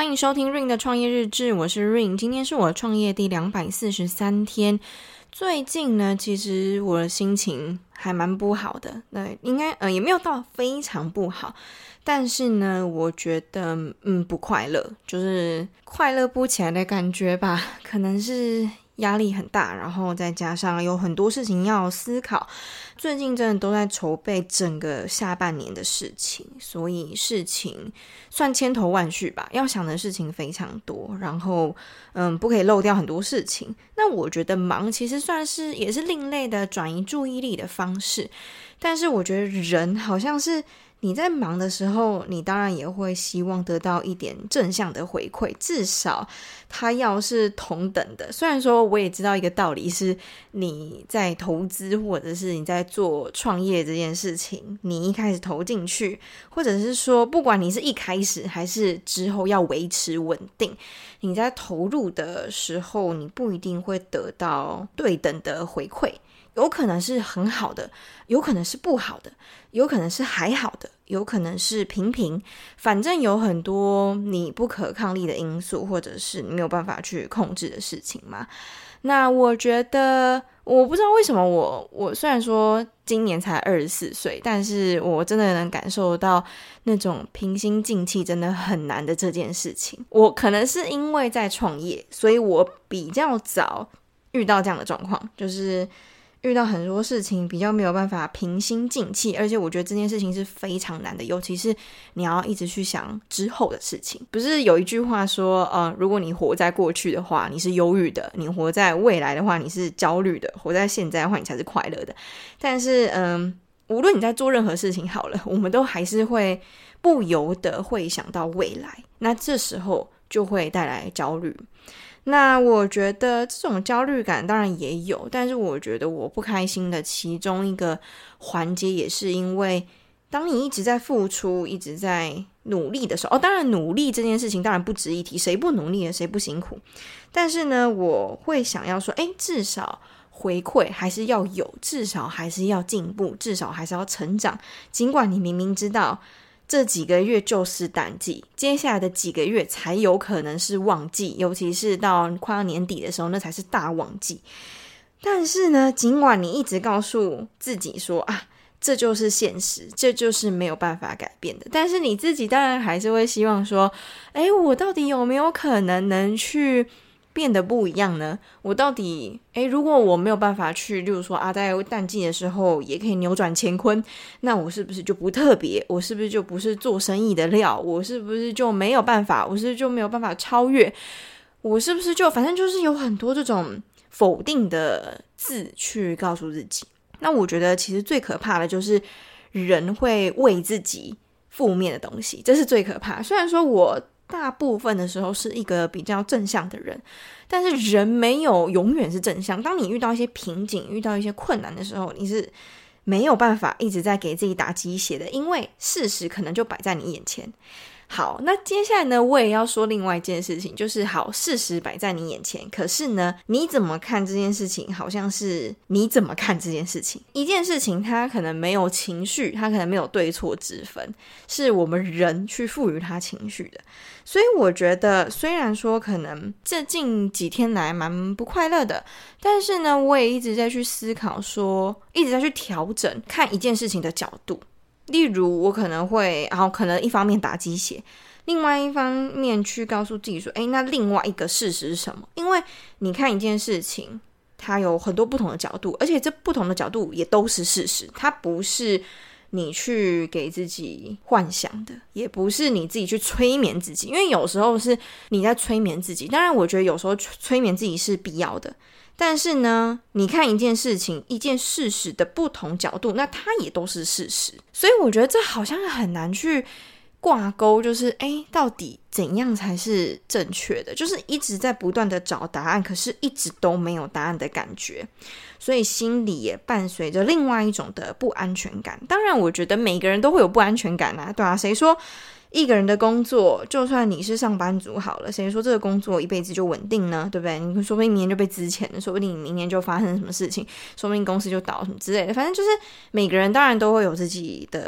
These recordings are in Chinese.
欢迎收听 Ring 的创业日志，我是 Ring， 今天是我创业第243天。最近呢，其实我的心情还蛮不好的，对，应该也没有到非常不好，但是呢，我觉得不快乐，就是快乐不起来的感觉吧，可能是压力很大，然后再加上有很多事情要思考，最近真的都在筹备整个下半年的事情，所以事情算千头万绪吧，要想的事情非常多，然后不可以漏掉很多事情。那我觉得忙其实算是也是另类的转移注意力的方式，但是我觉得人好像是你在忙的时候，你当然也会希望得到一点正向的回馈，至少它要是同等的。虽然说我也知道一个道理是，你在投资或者是你在做创业这件事情，你一开始投进去，或者是说不管你是一开始还是之后要维持稳定，你在投入的时候，你不一定会得到对等的回馈，有可能是很好的，有可能是不好的，有可能是还好的，有可能是平平，反正有很多你不可抗力的因素，或者是你没有办法去控制的事情嘛。那我觉得我不知道为什么我虽然说今年才24岁，但是我真的能感受到那种平心静气真的很难的这件事情。我可能是因为在创业，所以我比较早遇到这样的状况，就是遇到很多事情比较没有办法平心静气，而且我觉得这件事情是非常难的，尤其是你要一直去想之后的事情。不是有一句话说如果你活在过去的话你是忧郁的，你活在未来的话你是焦虑的，活在现在的话你才是快乐的。但是无论你在做任何事情好了，我们都还是会不由得会想到未来，那这时候就会带来焦虑。那我觉得这种焦虑感当然也有，但是我觉得我不开心的其中一个环节也是因为当你一直在付出一直在努力的时候，当然努力这件事情当然不值一提，谁不努力了谁不辛苦，但是呢我会想要说至少回馈还是要有，至少还是要进步，至少还是要成长，尽管你明明知道这几个月就是淡季，接下来的几个月才有可能是旺季，尤其是到快要年底的时候，那才是大旺季。但是呢，尽管你一直告诉自己说这就是现实，这就是没有办法改变的，但是你自己当然还是会希望说我到底有没有可能去变得不一样呢？我到底如果我没有办法去例如说在淡季的时候也可以扭转乾坤，那我是不是就不特别？我是不是就不是做生意的料？我是不是就没有办法？我是不是就没有办法超越？我是不是就反正就是有很多这种否定的字去告诉自己。那我觉得其实最可怕的就是人会为自己负面的东西，这是最可怕。虽然说我大部分的时候是一个比较正向的人，但是人没有永远是正向。当你遇到一些瓶颈遇到一些困难的时候，你是没有办法一直在给自己打鸡血的，因为事实可能就摆在你眼前。好，那接下来呢我也要说另外一件事情，就是好，事实摆在你眼前，可是呢你怎么看这件事情，好像是你怎么看这件事情。一件事情它可能没有情绪，它可能没有对错之分，是我们人去赋予它情绪的。所以我觉得虽然说可能这近几天来蛮不快乐的，但是呢我也一直在去思考说，一直在去调整看一件事情的角度。例如我可能会可能一方面打鸡血，另外一方面去告诉自己说那另外一个事实是什么。因为你看一件事情它有很多不同的角度，而且这不同的角度也都是事实，它不是你去给自己幻想的，也不是你自己去催眠自己，因为有时候是你在催眠自己，当然我觉得有时候催眠自己是必要的，但是呢你看一件事情一件事实的不同角度，那它也都是事实。所以我觉得这好像很难去挂钩，就是到底怎样才是正确的，就是一直在不断的找答案，可是一直都没有答案的感觉，所以心里也伴随着另外一种的不安全感。当然我觉得每个人都会有不安全感对啊，谁说一个人的工作就算你是上班族好了，谁说这个工作一辈子就稳定呢？对不对？你说不定明年就被资遣了，说不定你明年就发生什么事情，说不定公司就倒什么之类的。反正就是每个人当然都会有自己的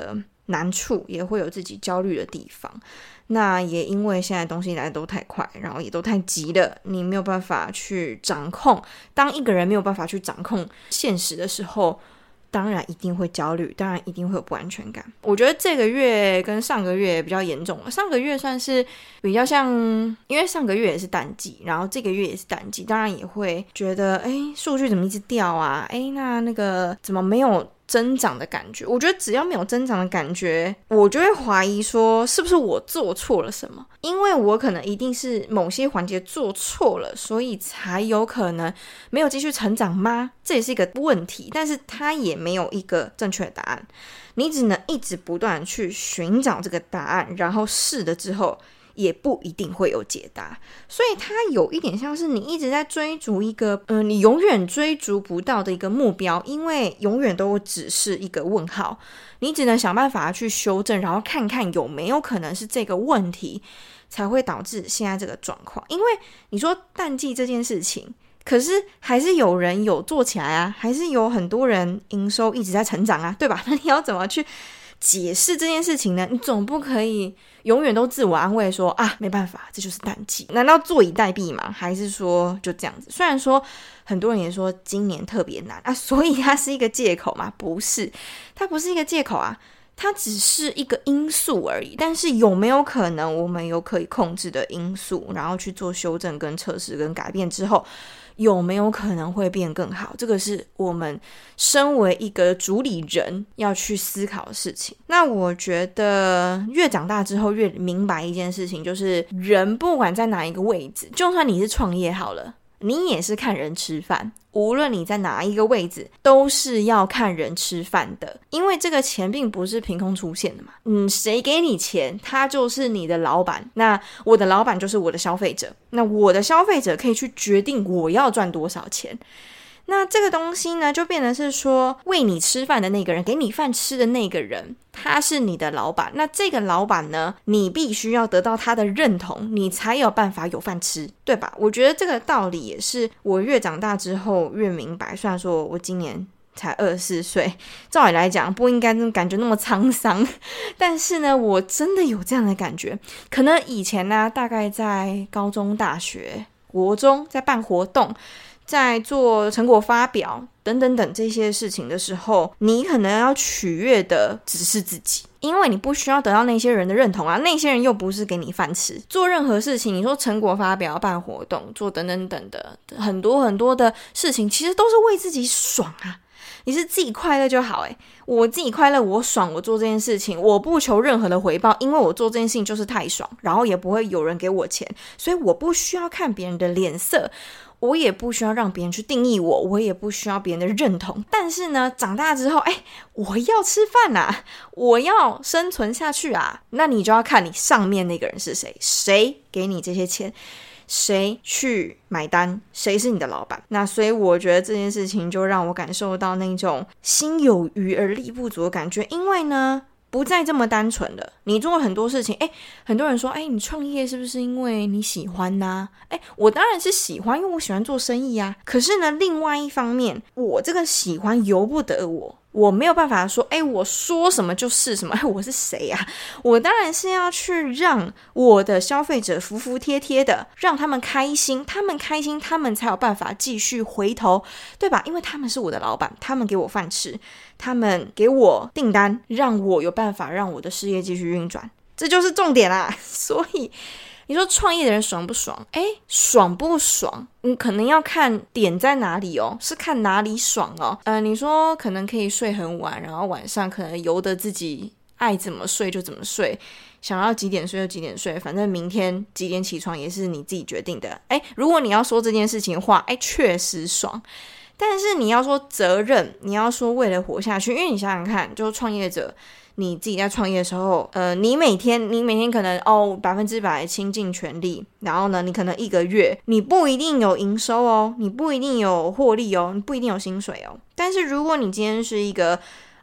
难处，也会有自己焦虑的地方。那也因为现在东西来的都太快，然后也都太急了，你没有办法去掌控。当一个人没有办法去掌控现实的时候，当然一定会焦虑，当然一定会有不安全感。我觉得这个月跟上个月比较严重了，上个月算是比较像，因为上个月也是淡季，然后这个月也是淡季，当然也会觉得数据怎么一直掉啊，那个怎么没有增长的感觉。我觉得只要没有增长的感觉，我就会怀疑说是不是我做错了什么，因为我可能一定是某些环节做错了，所以才有可能没有继续成长吗？这也是一个问题，但是它也没有一个正确的答案，你只能一直不断去寻找这个答案，然后试了之后也不一定会有解答。所以它有一点像是你一直在追逐一个你永远追逐不到的一个目标，因为永远都只是一个问号，你只能想办法去修正，然后看看有没有可能是这个问题才会导致现在这个状况。因为你说淡季这件事情，可是还是有人有做起来啊，还是有很多人营收一直在成长啊，对吧？那你要怎么去解释这件事情呢？你总不可以永远都自我安慰说没办法，这就是淡季，难道坐以待毙吗？还是说就这样子？虽然说很多人也说今年特别难所以它是一个借口吗？不是，它不是一个借口它只是一个因素而已。但是有没有可能我们有可以控制的因素，然后去做修正跟测试跟改变之后，有没有可能会变更好？这个是我们身为一个主理人要去思考的事情。那我觉得越长大之后越明白一件事情，就是人不管在哪一个位置，就算你是创业好了，你也是看人吃饭，无论你在哪一个位置都是要看人吃饭的。因为这个钱并不是凭空出现的嘛，谁给你钱他就是你的老板，那我的老板就是我的消费者，那我的消费者可以去决定我要赚多少钱。那这个东西呢，就变成是说，喂你吃饭的那个人，给你饭吃的那个人，他是你的老板。那这个老板呢，你必须要得到他的认同，你才有办法有饭吃，对吧？我觉得这个道理也是我越长大之后越明白。虽然说我今年才24岁，照理来讲不应该感觉那么沧桑，但是呢，我真的有这样的感觉。可能以前呢，大概在高中、大学、国中在办活动，在做成果发表等等等这些事情的时候，你可能要取悦的只是自己，因为你不需要得到那些人的认同那些人又不是给你饭吃。做任何事情，你说成果发表、办活动、做等等等的很多很多的事情，其实都是为自己爽你是自己快乐就好我自己快乐，我爽，我做这件事情，我不求任何的回报，因为我做这件事情就是太爽，然后也不会有人给我钱，所以我不需要看别人的脸色，我也不需要让别人去定义我，我也不需要别人的认同。但是呢，长大之后我要吃饭我要生存下去那你就要看你上面那个人是谁，谁给你这些钱，谁去买单，谁是你的老板。那所以我觉得这件事情就让我感受到那种心有余而力不足的感觉。因为呢，不再这么单纯了，你做了很多事情很多人说你创业是不是因为你喜欢我当然是喜欢，因为我喜欢做生意可是呢，另外一方面，我这个喜欢由不得我没有办法说我说什么就是什么我是谁我当然是要去让我的消费者服服帖帖的，让他们开心，他们开心，他们才有办法继续回头，对吧？因为他们是我的老板，他们给我饭吃，他们给我订单，让我有办法让我的事业继续运转，这就是重点所以你说创业的人爽不爽？爽不爽？可能要看点在哪里是看哪里爽你说可能可以睡很晚，然后晚上可能由得自己爱怎么睡就怎么睡，想要几点睡就几点睡，反正明天几点起床也是你自己决定的。如果你要说这件事情的话，确实爽。但是你要说责任，你要说为了活下去，因为你想想看，就是创业者，你自己在创业的时候，你每天可能100%倾尽全力，然后呢，你可能一个月你不一定有营收你不一定有获利你不一定有薪水但是如果你今天是一个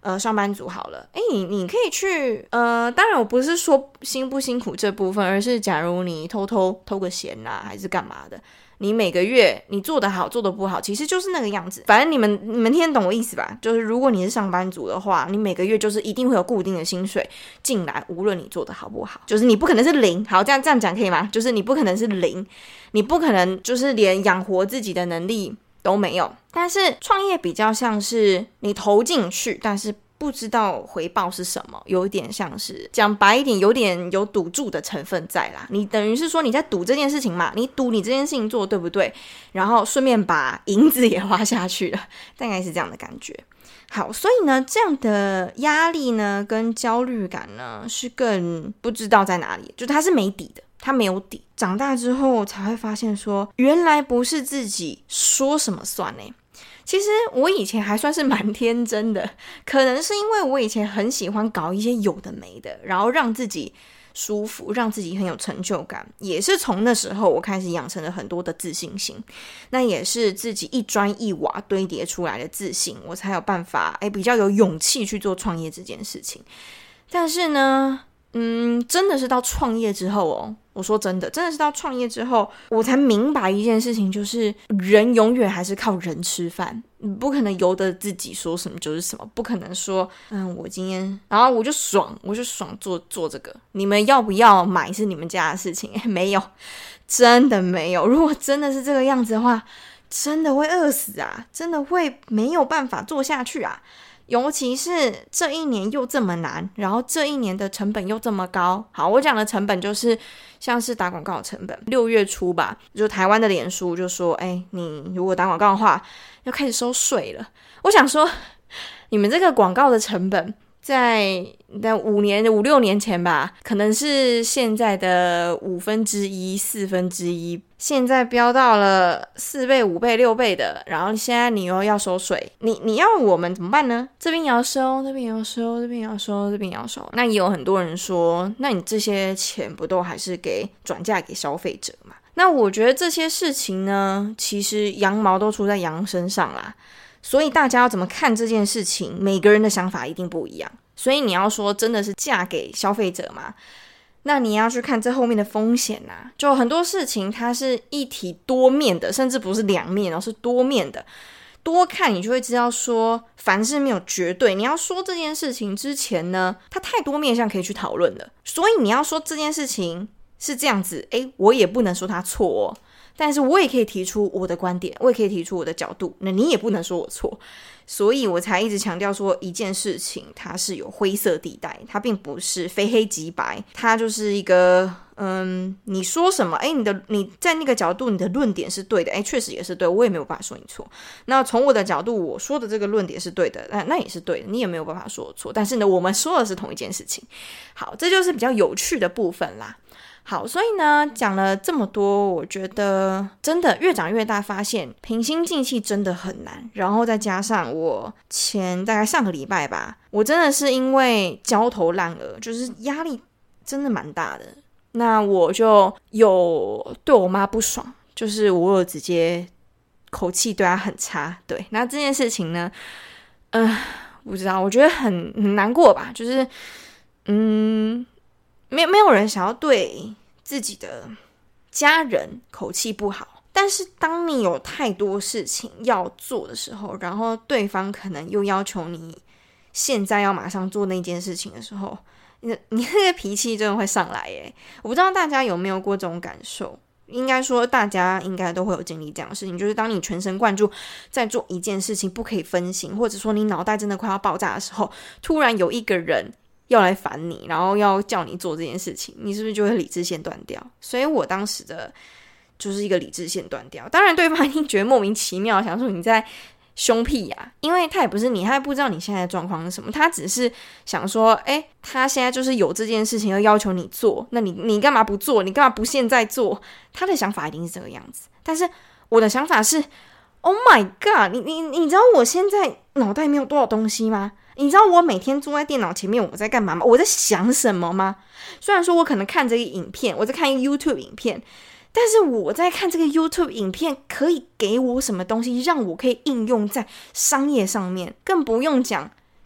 上班族好了，你可以去当然我不是说辛不辛苦这部分，而是假如你偷个闲啦，还是干嘛的，你每个月你做得好做得不好，其实就是那个样子。反正你们听得懂我意思吧？就是如果你是上班族的话，你每个月就是一定会有固定的薪水进来，无论你做得好不好，就是你不可能是零。好，这样讲可以吗？就是你不可能是零，你不可能就是连养活自己的能力都没有。但是创业比较像是你投进去，但是不知道回报是什么，有点像是讲白一点，有点有赌注的成分在啦。你等于是说你在赌这件事情嘛，你赌你这件事情做对不对，然后顺便把银子也花下去了，大概是这样的感觉。好，所以呢，这样的压力呢跟焦虑感呢是更不知道在哪里，就它是没底的，它没有底。长大之后才会发现说，原来不是自己说什么算欸。其实我以前还算是蛮天真的，可能是因为我以前很喜欢搞一些有的没的，然后让自己舒服，让自己很有成就感。也是从那时候我开始养成了很多的自信心，那也是自己一砖一瓦堆叠出来的自信，我才有办法比较有勇气去做创业这件事情。但是呢真的是到创业之后我说真的是到创业之后，我才明白一件事情，就是人永远还是靠人吃饭，你不可能由得自己说什么就是什么，不可能说我今天然后我就爽做这个，你们要不要买是你们家的事情没有，真的没有。如果真的是这个样子的话，真的会饿死啊，真的会没有办法做下去啊。尤其是这一年又这么难，然后这一年的成本又这么高。好，我讲的成本就是像是打广告的成本。6月初吧，就台湾的脸书就说你如果打广告的话要开始收税了。我想说你们这个广告的成本在5、6年前吧，可能是现在的1/5、1/4，现在飙到了4倍、5倍、6倍的，然后现在你又要收税，你要我们怎么办呢？这边也要收，那边也要收，这边也要收，这边也要收。那也有很多人说，那你这些钱不都还是转嫁给消费者嘛？那我觉得这些事情呢，其实羊毛都出在羊身上啦。所以大家要怎么看这件事情，每个人的想法一定不一样。所以你要说真的是嫁给消费者吗？那你要去看这后面的风险啊。就很多事情它是一体多面的，甚至不是两面是多面的。多看你就会知道说，凡事没有绝对。你要说这件事情之前呢，它太多面向可以去讨论了。所以你要说这件事情是这样子，我也不能说它错但是我也可以提出我的观点，我也可以提出我的角度，那你也不能说我错。所以我才一直强调说，一件事情它是有灰色地带，它并不是非黑即白，它就是一个你说什么你在那个角度你的论点是对的，确实也是对，我也没有办法说你错。那从我的角度我说的这个论点是对的，那也是对的，你也没有办法说我错。但是呢，我们说的是同一件事情。好，这就是比较有趣的部分啦。好，所以呢，讲了这么多，我觉得真的越长越大，发现平心静气真的很难。然后再加上我大概上个礼拜吧，我真的是因为焦头烂额，就是压力真的蛮大的。那我就有对我妈不爽，就是我有直接口气对她很差。对，那这件事情呢，不知道，我觉得很难过吧，就是没有人想要对自己的家人口气不好，但是当你有太多事情要做的时候，然后对方可能又要求你现在要马上做那件事情的时候，你那个脾气真的会上来耶。我不知道大家有没有过这种感受，应该说大家应该都会有经历这样的事情，就是当你全神贯注在做一件事情不可以分心，或者说你脑袋真的快要爆炸的时候，突然有一个人要来烦你，然后要叫你做这件事情，你是不是就会理智线断掉？所以我当时的就是一个理智线断掉。当然对方一定觉得莫名其妙，想说你在凶屁呀，因为他也不是你，他也不知道你现在的状况是什么，他只是想说他现在就是有这件事情要求你做，那你干嘛不做？你干嘛不现在做？他的想法一定是这个样子。但是我的想法是 Oh my god， 你知道我现在脑袋没有多少东西吗？你知道我每天坐在电脑前面我在干嘛吗？我在想什么吗？虽然说我可能看这个影片，我在看一个 YouTube 影片，但是我在看这个 YouTube 影片可以给我什么东西让我可以应用在商业上面，更不用讲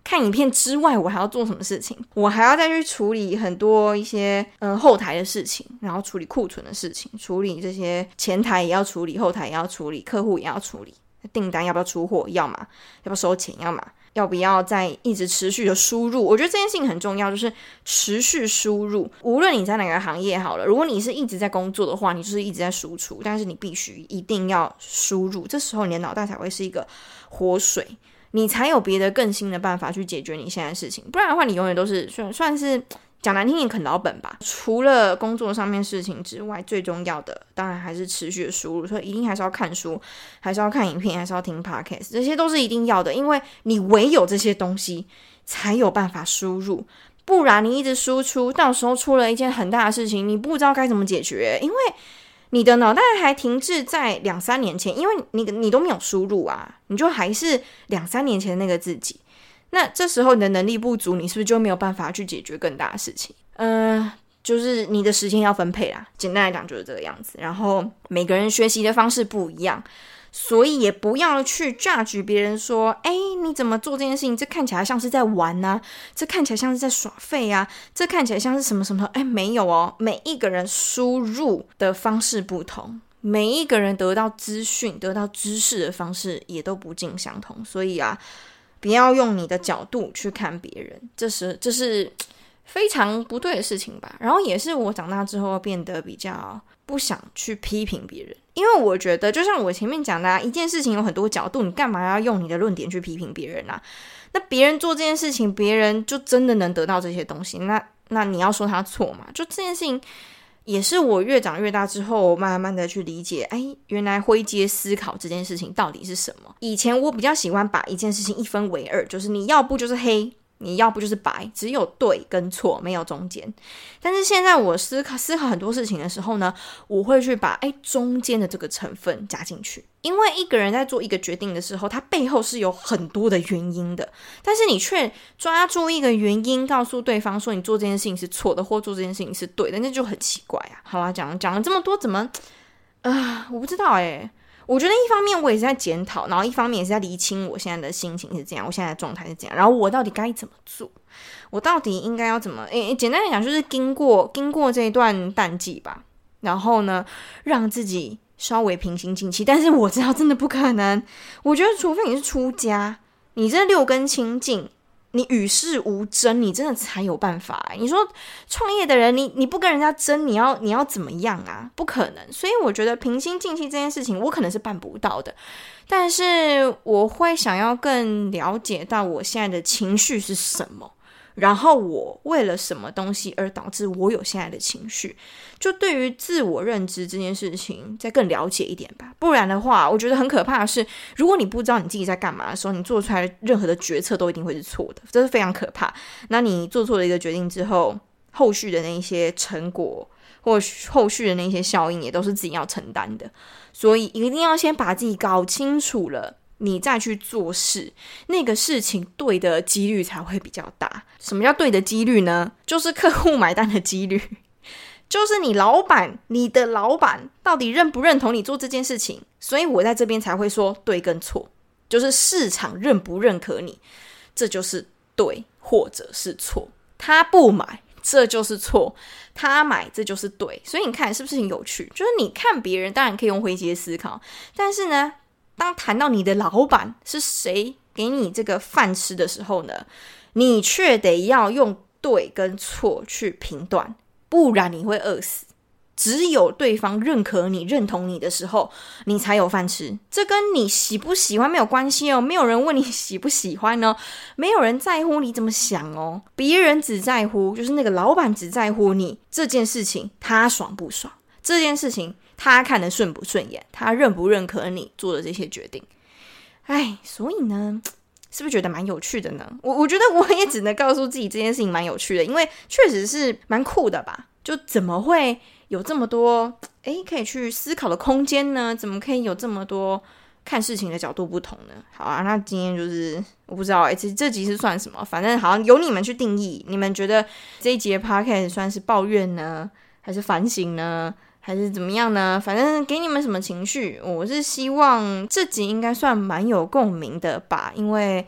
看影片之外，我还要做什么事情？我还要再去处理很多一些后台的事情，然后处理库存的事情，处理这些前台也要处理，后台也要处理，客户也要处理，订单要不要出货，要嘛，要不要收钱，要嘛，要不要再一直持续的输入。我觉得这件事情很重要，就是持续输入。无论你在哪个行业好了，如果你是一直在工作的话，你就是一直在输出，但是你必须一定要输入，这时候你的脑袋才会是一个活水，你才有别的更新的办法去解决你现在的事情。不然的话，你永远都是算是讲难听点啃老本吧。除了工作上面事情之外，最重要的当然还是持续的输入，所以一定还是要看书，还是要看影片，还是要听 podcast， 这些都是一定要的，因为你唯有这些东西才有办法输入，不然你一直输出，到时候出了一件很大的事情，你不知道该怎么解决，因为你的脑袋还停滞在2-3年前，因为你都没有输入啊，你就还是2-3年前的那个自己。那这时候你的能力不足，你是不是就没有办法去解决更大的事情？就是你的时间要分配啦，简单来讲就是这个样子。然后每个人学习的方式不一样，所以也不要去 judge 别人说你怎么做这件事情，这看起来像是在玩啊，这看起来像是在耍废啊，这看起来像是什么什么，没有哦，每一个人输入的方式不同，每一个人得到资讯得到知识的方式也都不尽相同，所以不要用你的角度去看别人，这是非常不对的事情吧。然后也是我长大之后变得比较不想去批评别人，因为我觉得就像我前面讲的一件事情有很多角度，你干嘛要用你的论点去批评别人啊？那别人做这件事情，别人就真的能得到这些东西，那你要说他错嘛？就这件事情也是我越长越大之后慢慢的去理解，原来灰阶思考这件事情到底是什么。以前我比较喜欢把一件事情一分为二，就是你要不就是黑，你要不就是白，只有对跟错，没有中间。但是现在我思考很多事情的时候呢，我会去把中间的这个成分加进去。因为一个人在做一个决定的时候，他背后是有很多的原因的，但是你却抓住一个原因告诉对方说你做这件事情是错的，或做这件事情是对的，那就很奇怪啊。好啦，讲了这么多，怎么我不知道我觉得一方面我也是在检讨，然后一方面也是在厘清我现在的心情是这样，我现在的状态是这样，然后我到底该怎么做，我到底应该要怎么简单来讲就是经过这一段淡季吧，然后呢让自己稍微平心静气。但是我知道真的不可能，我觉得除非你是出家，你这6根清净，你与世无争，你真的才有办法你说创业的人，你不跟人家争，你要怎么样啊？不可能。所以我觉得平心静气这件事情我可能是办不到的，但是我会想要更了解到我现在的情绪是什么，然后我为了什么东西而导致我有现在的情绪，就对于自我认知这件事情再更了解一点吧。不然的话，我觉得很可怕的是，如果你不知道你自己在干嘛的时候，你做出来的任何的决策都一定会是错的，这是非常可怕。那你做错了一个决定之后，后续的那一些成果或后续的那些效应也都是自己要承担的，所以一定要先把自己搞清楚了，你再去做事，那个事情对的几率才会比较大。什么叫对的几率呢？就是客户买单的几率，就是你的老板到底认不认同你做这件事情。所以我在这边才会说对跟错，就是市场认不认可你，这就是对或者是错。他不买这就是错，他买这就是对。所以你看是不是很有趣？就是你看别人当然可以用灰阶思考，但是呢当谈到你的老板是谁给你这个饭吃的时候呢，你却得要用对跟错去评断，不然你会饿死。只有对方认可你认同你的时候，你才有饭吃。这跟你喜不喜欢没有关系没有人问你喜不喜欢没有人在乎你怎么想别人只在乎，就是那个老板只在乎你这件事情他爽不爽，这件事情他看得顺不顺眼，他认不认可你做的这些决定。所以呢是不是觉得蛮有趣的呢？我觉得我也只能告诉自己这件事情蛮有趣的，因为确实是蛮酷的吧。就怎么会有这么多可以去思考的空间呢？怎么可以有这么多看事情的角度不同呢？好啊，那今天就是我不知道这集是算什么，反正好像由你们去定义。你们觉得这一集的 podcast 算是抱怨呢，还是反省呢，还是怎么样呢？反正给你们什么情绪，我是希望这集应该算蛮有共鸣的吧。因为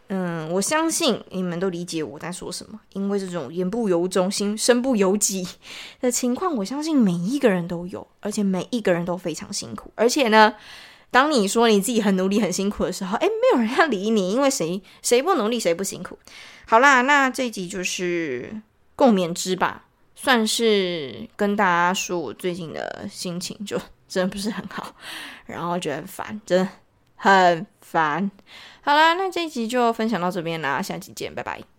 我相信你们都理解我在说什么，因为这种言不由衷、身不由己的情况，我相信每一个人都有，而且每一个人都非常辛苦。而且呢，当你说你自己很努力、很辛苦的时候，没有人要理你，因为谁不努力谁不辛苦。好啦，那这一集就是共勉之吧，算是跟大家说我最近的心情就真的不是很好，然后觉得很烦，真的很烦。好啦，那这一集就分享到这边啦，下期见，拜拜。